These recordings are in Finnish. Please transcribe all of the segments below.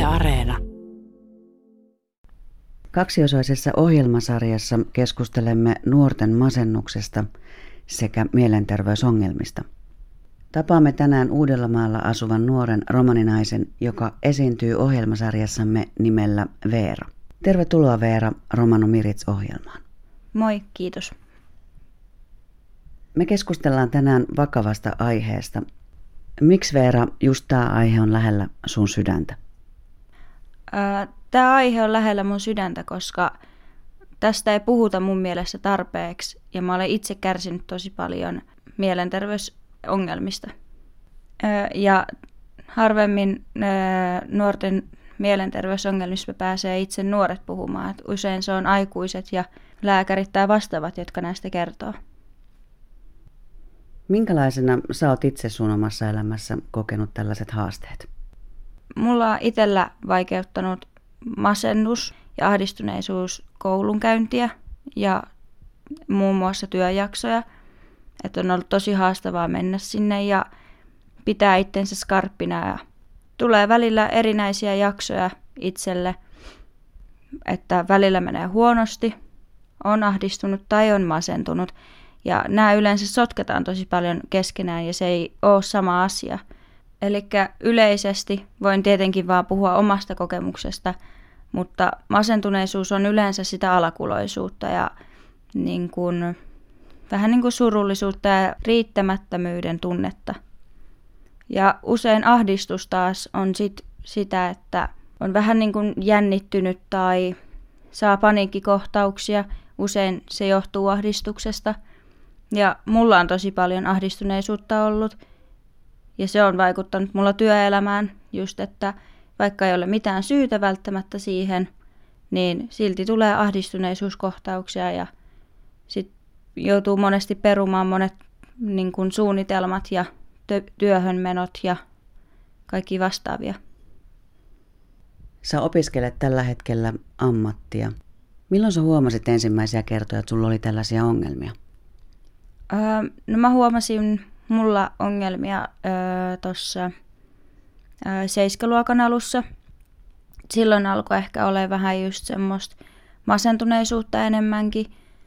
Areena. Kaksiosaisessa ohjelmasarjassa keskustelemme nuorten masennuksesta sekä mielenterveysongelmista. Tapaamme tänään Uudellamaalla asuvan nuoren romaninaisen, joka esiintyy ohjelmasarjassamme nimellä Veera. Tervetuloa Veera Romano Mirits-ohjelmaan. Moi, kiitos. Me keskustellaan tänään vakavasta aiheesta. Miksi Veera just tämä aihe on lähellä sun sydäntä? Tämä aihe on lähellä mun sydäntä, koska tästä ei puhuta mun mielestä tarpeeksi ja mä olen itse kärsinyt tosi paljon mielenterveysongelmista. Ja harvemmin nuorten mielenterveysongelmista pääsee itse nuoret puhumaan. Et usein se on aikuiset ja lääkärit tai vastaavat, jotka näistä kertoo. Minkälaisena sä oot itse sun omassa elämässä kokenut tällaiset haasteet? Mulla on itsellä vaikeuttanut masennus ja ahdistuneisuus koulunkäyntiä ja muun muassa työjaksoja. Että on ollut tosi haastavaa mennä sinne ja pitää itsensä skarppina. Ja tulee välillä erinäisiä jaksoja itselle, että välillä menee huonosti, on ahdistunut tai on masentunut. Ja nämä yleensä sotketaan tosi paljon keskenään ja se ei ole sama asia. Eli yleisesti voin tietenkin vaan puhua omasta kokemuksesta, mutta masentuneisuus on yleensä sitä alakuloisuutta ja vähän niin kuin surullisuutta ja riittämättömyyden tunnetta. Ja usein ahdistus taas on sitä, että on vähän niin kuin jännittynyt tai saa paniikkikohtauksia. Usein se johtuu ahdistuksesta. Ja mulla on tosi paljon ahdistuneisuutta ollut. Ja se on vaikuttanut mulla työelämään just, että vaikka ei ole mitään syytä välttämättä siihen, niin silti tulee ahdistuneisuuskohtauksia ja sitten joutuu monesti perumaan monet suunnitelmat ja työhönmenot ja kaikki vastaavia. Sä opiskelet tällä hetkellä ammattia. Milloin sä huomasit ensimmäisiä kertoja, että sulla oli tällaisia ongelmia? No mä huomasin mulla ongelmia tuossa 7-luokan alussa. Silloin alkoi ehkä olla vähän just semmoista masentuneisuutta enemmänkin.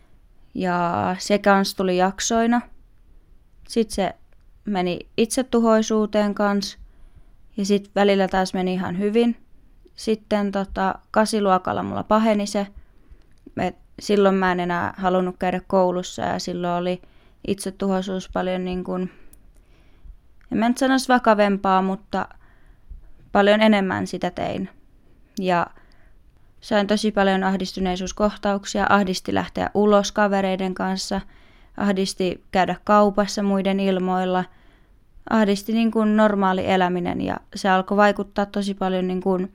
Ja se kans tuli jaksoina. Sitten se meni itsetuhoisuuteen kanssa. Ja sitten välillä taas meni ihan hyvin. Sitten 8-luokalla mulla paheni se. Silloin mä en enää halunnut käydä koulussa ja silloin oli itsetuhoisuus paljon en mä nyt sanoisi vakavempaa, mutta paljon enemmän sitä tein. Ja sain tosi paljon ahdistuneisuuskohtauksia, ahdisti lähteä ulos kavereiden kanssa, ahdisti käydä kaupassa muiden ilmoilla, ahdisti normaali eläminen ja se alkoi vaikuttaa tosi paljon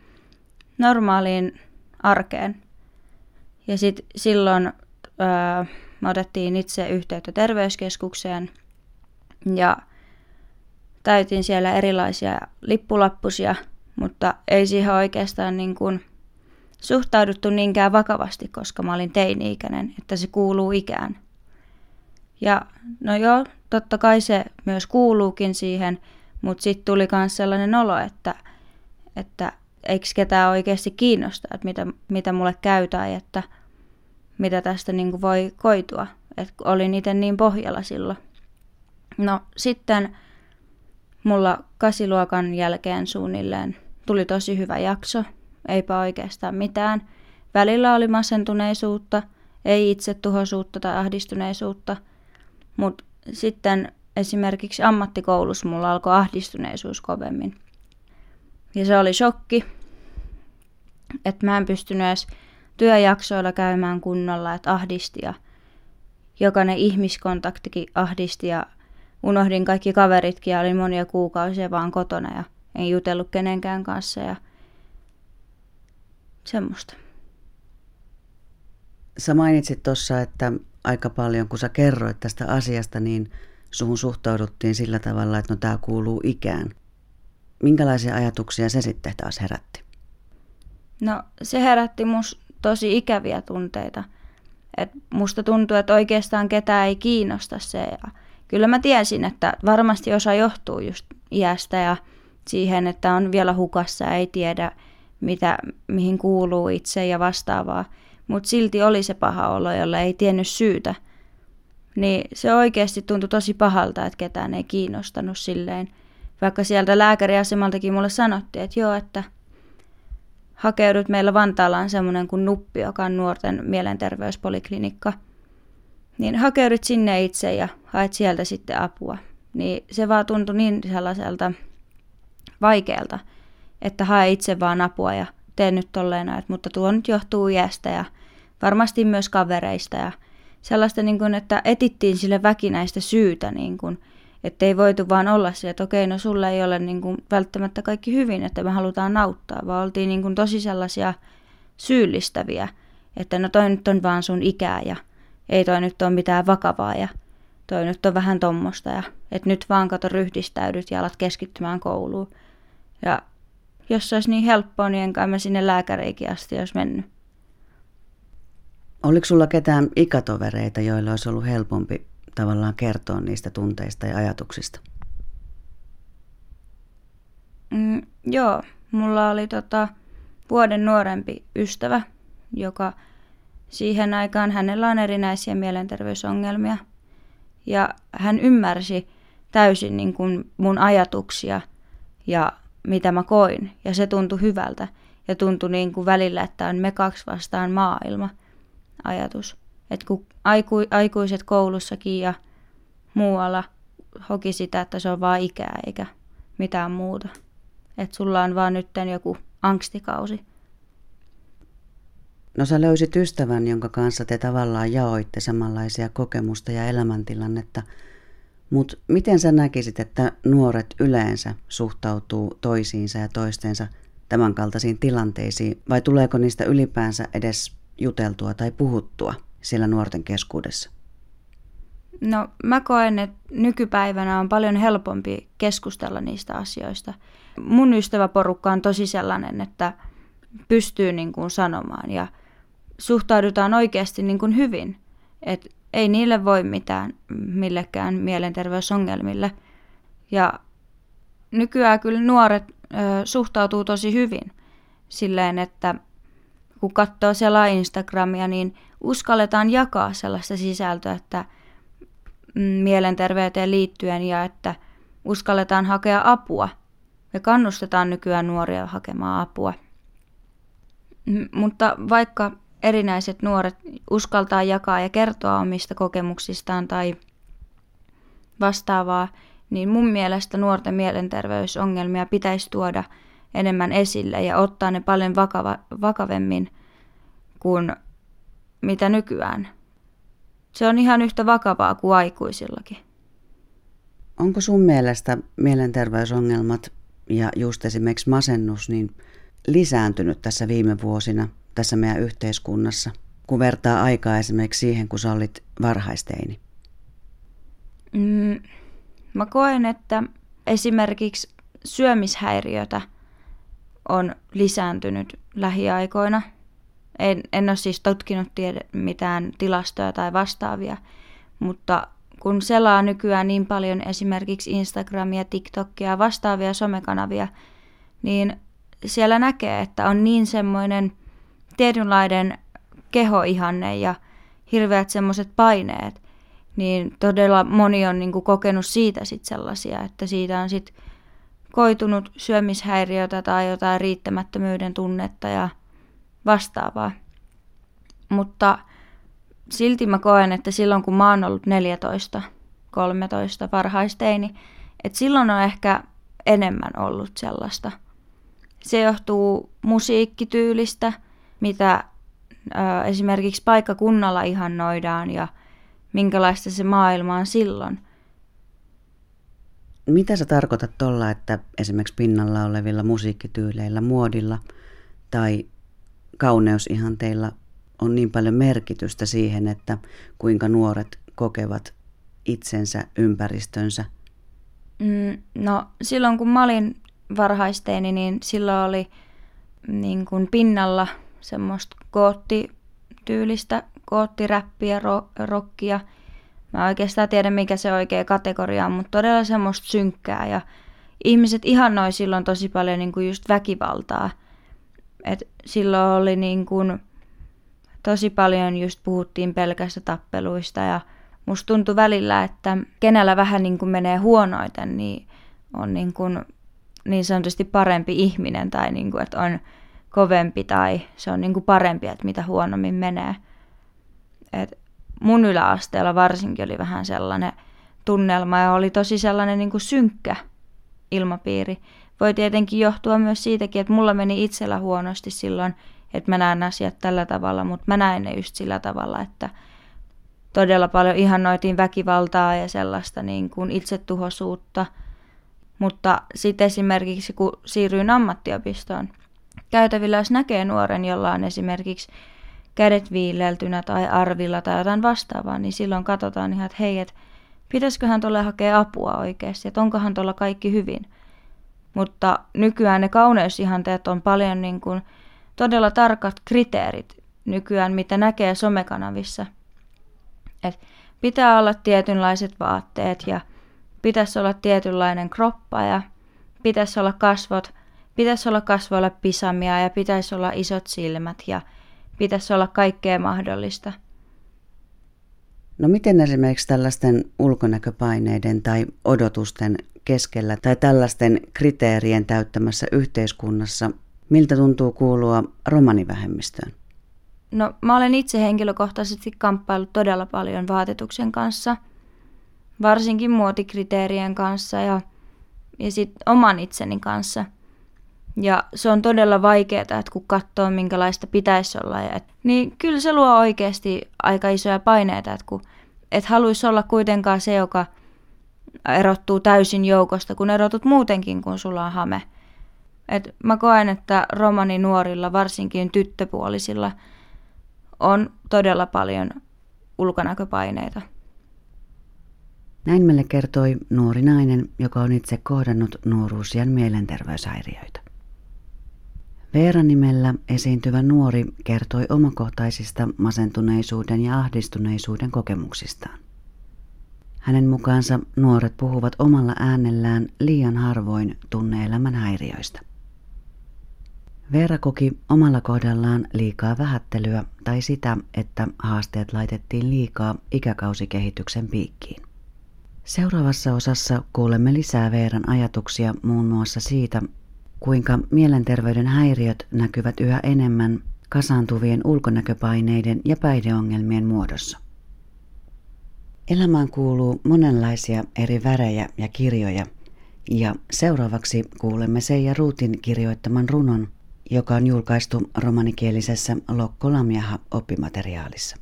normaaliin arkeen. Ja sitten silloin me otettiin itse yhteyttä terveyskeskukseen ja täytin siellä erilaisia lippulappusia, mutta ei siihen oikeastaan suhtauduttu niinkään vakavasti, koska mä olin teini-ikäinen, että se kuuluu ikään. Ja no joo, totta kai se myös kuuluukin siihen, mutta sitten tuli myös sellainen olo, että eikö ketään oikeasti kiinnosta, että mitä mulle käy tai että mitä tästä voi koitua. Että olin itse niin pohjalla silloin. No sitten mulla 8-luokan jälkeen suunnilleen tuli tosi hyvä jakso, eipä oikeastaan mitään. Välillä oli masentuneisuutta, ei itsetuhoisuutta tai ahdistuneisuutta, mutta sitten esimerkiksi ammattikoulussa mulla alkoi ahdistuneisuus kovemmin. Ja se oli shokki, että mä en pystynyt edes työjaksoilla käymään kunnolla, että ahdisti ja jokainen ihmiskontaktikin ahdisti ja unohdin kaikki kaveritkin ja olin monia kuukausia vaan kotona ja en jutellut kenenkään kanssa ja semmoista. Sä mainitsit tuossa, että aika paljon kun sä kerroit tästä asiasta, niin suhun suhtauduttiin sillä tavalla, että no tää kuuluu ikään. Minkälaisia ajatuksia se sitten taas herätti? No se herätti musta tosi ikäviä tunteita. Et musta tuntuu, että oikeastaan ketään ei kiinnosta se. Ja kyllä mä tiesin, että varmasti osa johtuu just iästä ja siihen, että on vielä hukassa ja ei tiedä, mihin kuuluu itse ja vastaavaa. Mutta silti oli se paha olo, jolla ei tiennyt syytä. Niin se oikeasti tuntui tosi pahalta, että ketään ei kiinnostanut silleen. Vaikka sieltä lääkäriasemaltakin mulle sanottiin, että joo, että hakeudut, meillä Vantaalla on semmoinen kuin Nuppi, joka on nuorten mielenterveyspoliklinikka. Niin hakeudut sinne itse ja haet sieltä sitten apua. Niin se vaan tuntui niin sellaiselta vaikealta, että hae itse vaan apua ja tee nyt tolleen, mutta tuo nyt johtuu iästä ja varmasti myös kavereista ja sellaista, niin kuin, että etittiin sille väkinäistä syytä, niin kuin, että ei voitu vaan olla sille, että okei, no sulla ei ole niin kuin, välttämättä kaikki hyvin, että me halutaan auttaa, vaan oltiin niin kuin, tosi sellaisia syyllistäviä, että no toi nyt on vaan sun ikää ja ei toi nyt ole mitään vakavaa ja toi nyt on vähän tommosta ja että nyt vaan kato ryhdistäydyt ja alat keskittymään kouluun. Ja jos se olisi niin helppoa, niin enkä mä sinne lääkäreikin asti olisi mennyt. Oliko sulla ketään ikätovereita, joilla olisi ollut helpompi tavallaan kertoa niistä tunteista ja ajatuksista? Joo, mulla oli vuoden nuorempi ystävä, joka siihen aikaan hänellä on erinäisiä mielenterveysongelmia. Ja hän ymmärsi täysin niin kuin mun ajatuksia ja mitä mä koin. Ja se tuntui hyvältä. Ja tuntui niin kuin välillä, että on me kaksi vastaan maailma ajatus. Että kun aikuiset koulussakin ja muualla hoki sitä, että se on vaan ikää eikä mitään muuta. Että sulla on vaan nyt joku angstikausi. No sä löysit ystävän, jonka kanssa te tavallaan jaoitte samanlaisia kokemusta ja elämäntilannetta. Mutta miten sä näkisit, että nuoret yleensä suhtautuu toisiinsa ja toistensa tämänkaltaisiin tilanteisiin? Vai tuleeko niistä ylipäänsä edes juteltua tai puhuttua siellä nuorten keskuudessa? No mä koen, että nykypäivänä on paljon helpompi keskustella niistä asioista. Mun ystäväporukka on tosi sellainen, että pystyy niin kuin sanomaan ja suhtaudutaan oikeasti niin kuin hyvin. Et ei niille voi mitään millekään mielenterveysongelmille. Ja nykyään kyllä nuoret suhtautuu tosi hyvin silleen, että kun katsoo siellä Instagramia, niin uskalletaan jakaa sellaista sisältöä, että mielenterveyteen liittyen ja että uskalletaan hakea apua. Ja kannustetaan nykyään nuoria hakemaan apua. Mutta vaikka erinäiset nuoret uskaltaa jakaa ja kertoa omista kokemuksistaan tai vastaavaa, niin mun mielestä nuorten mielenterveysongelmia pitäisi tuoda enemmän esille ja ottaa ne paljon vakavemmin kuin mitä nykyään. Se on ihan yhtä vakavaa kuin aikuisillakin. Onko sun mielestä mielenterveysongelmat ja just esimerkiksi masennus niin lisääntynyt tässä viime vuosina tässä meidän yhteiskunnassa, kun vertaa aikaa esimerkiksi siihen, kun sä olit varhaisteini? Mä koen, että esimerkiksi syömishäiriötä on lisääntynyt lähiaikoina. En ole siis tutkinut mitään tilastoja tai vastaavia, mutta kun selaa nykyään niin paljon esimerkiksi Instagramia, TikTokia ja vastaavia somekanavia, niin siellä näkee, että on niin semmoinen tietynlainen kehoihanne ja hirveät semmoiset paineet, niin todella moni on niin kuin kokenut siitä sit sellaisia, että siitä on sit koitunut syömishäiriötä tai jotain riittämättömyyden tunnetta ja vastaavaa. Mutta silti mä koen, että silloin kun mä oon ollut 14, 13 varhaisteini, että silloin on ehkä enemmän ollut sellaista. Se johtuu musiikkityylistä, mitä esimerkiksi paikkakunnalla ihannoidaan ja minkälaista se maailma on silloin. Mitä sä tarkoitat tuolla, että esimerkiksi pinnalla olevilla musiikkityyleillä, muodilla tai kauneusihanteilla on niin paljon merkitystä siihen, että kuinka nuoret kokevat itsensä, ympäristönsä? No silloin kun mä olin varhaisteini, niin silloin oli niin kuin pinnalla semmoista goottityylistä, goottiräppiä, rockia. Mä oikeastaan tiedän mikä se oikea kategoria on, mutta todella semmoista synkkää ja ihmiset ihannoi silloin tosi paljon niin kuin just väkivaltaa. Et silloin oli niin kuin tosi paljon just puhuttiin pelkästä tappeluista ja musta tuntui välillä, että kenellä vähän niin kuin menee huonoiten, niin on niin sanotusti parempi ihminen tai niin kuin, että on kovempi tai se on niin kuin parempi, että mitä huonommin menee. Et mun yläasteella varsinkin oli vähän sellainen tunnelma ja oli tosi sellainen niin kuin synkkä ilmapiiri. Voi tietenkin johtua myös siitäkin, että mulla meni itsellä huonosti silloin, että mä näen asiat tällä tavalla, mutta mä näin ne just sillä tavalla, että todella paljon ihannoitiin väkivaltaa ja sellaista niin kuin itsetuhoisuutta. Mutta sitten esimerkiksi kun siirryin ammattiopistoon käytävillä, jos näkee nuoren, jolla on esimerkiksi kädet viileltynä tai arvilla tai jotain vastaavaa, niin silloin katsotaan ihan, että hei, että pitäisiköhän tuolle hakea apua oikeasti, että onkohan tuolla kaikki hyvin. Mutta nykyään ne kauneusihanteet on paljon niin kuin todella tarkat kriteerit nykyään, mitä näkee somekanavissa. Et pitää olla tietynlaiset vaatteet ja pitäisi olla tietynlainen kroppa ja pitäisi olla kasvoilla pisamia ja pitäisi olla isot silmät ja pitäisi olla kaikkea mahdollista. No miten esimerkiksi tällaisten ulkonäköpaineiden tai odotusten keskellä tai tällaisten kriteerien täyttämässä yhteiskunnassa, miltä tuntuu kuulua romanivähemmistöön? No mä olen itse henkilökohtaisesti kamppaillut todella paljon vaatetuksen kanssa, varsinkin muotikriteerien kanssa ja sitten oman itseni kanssa. Ja se on todella vaikeaa, että kun katsoo minkälaista pitäisi olla, niin kyllä se luo oikeasti aika isoja paineita, että kun et haluaisi olla kuitenkaan se, joka erottuu täysin joukosta, kun erotut muutenkin, kun sulla on hame. Et mä koen, että romaninuorilla, varsinkin tyttöpuolisilla, on todella paljon ulkonäköpaineita. Näin meille kertoi nuori nainen, joka on itse kohdannut nuoruusiän mielenterveyshäiriöitä. Veera-nimellä esiintyvä nuori kertoi omakohtaisista masentuneisuuden ja ahdistuneisuuden kokemuksistaan. Hänen mukaansa nuoret puhuvat omalla äänellään liian harvoin tunne-elämän häiriöistä. Veera koki omalla kohdallaan liikaa vähättelyä tai sitä, että haasteet laitettiin liikaa ikäkausikehityksen piikkiin. Seuraavassa osassa kuulemme lisää Veeran ajatuksia muun muassa siitä, kuinka mielenterveyden häiriöt näkyvät yhä enemmän kasaantuvien ulkonäköpaineiden ja päihdeongelmien muodossa. Elämään kuuluu monenlaisia eri värejä ja kirjoja, ja seuraavaksi kuulemme Seija Ruutin kirjoittaman runon, joka on julkaistu romanikielisessä Lokko Lamjaha-oppimateriaalissa.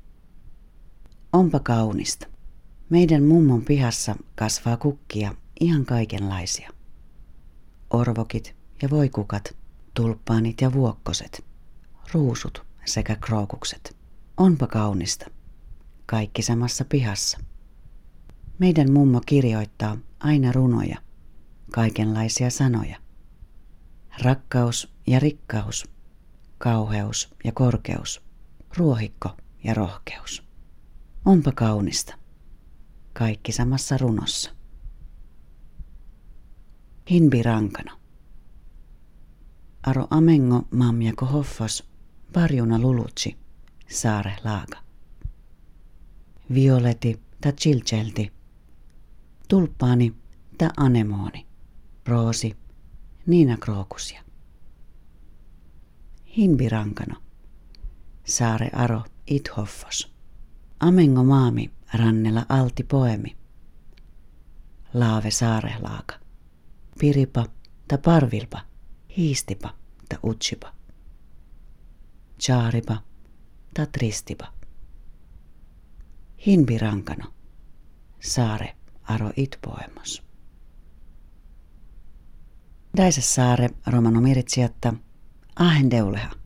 Onpa kaunista. Meidän mummon pihassa kasvaa kukkia ihan kaikenlaisia. Orvokit ja voikukat, tulppaanit ja vuokkoset, ruusut sekä krookukset. Onpa kaunista. Kaikki samassa pihassa. Meidän mummo kirjoittaa aina runoja, kaikenlaisia sanoja. Rakkaus ja rikkaus, kauheus ja korkeus, ruohikko ja rohkeus. Onpa kaunista. Kaikki samassa runossa. Hinbi rankana. Aro amengo mamjako hoffos, varjuna lulutsi, saare laaga. Violeti ta chilchelti, tulppaani ta anemooni, roosi, niina krookusia. Hinbi rankano, saare aro it hoffos, amengo maami rannella alti poemi. Laave saarehlaaka. Piripa ta parvilpa, hiistipa ta utsipa. Chaaripa ta tristipa. Hinbi rankano. Saare aro it poemos. Daisa saare romano miritsijatta ahen deuleha.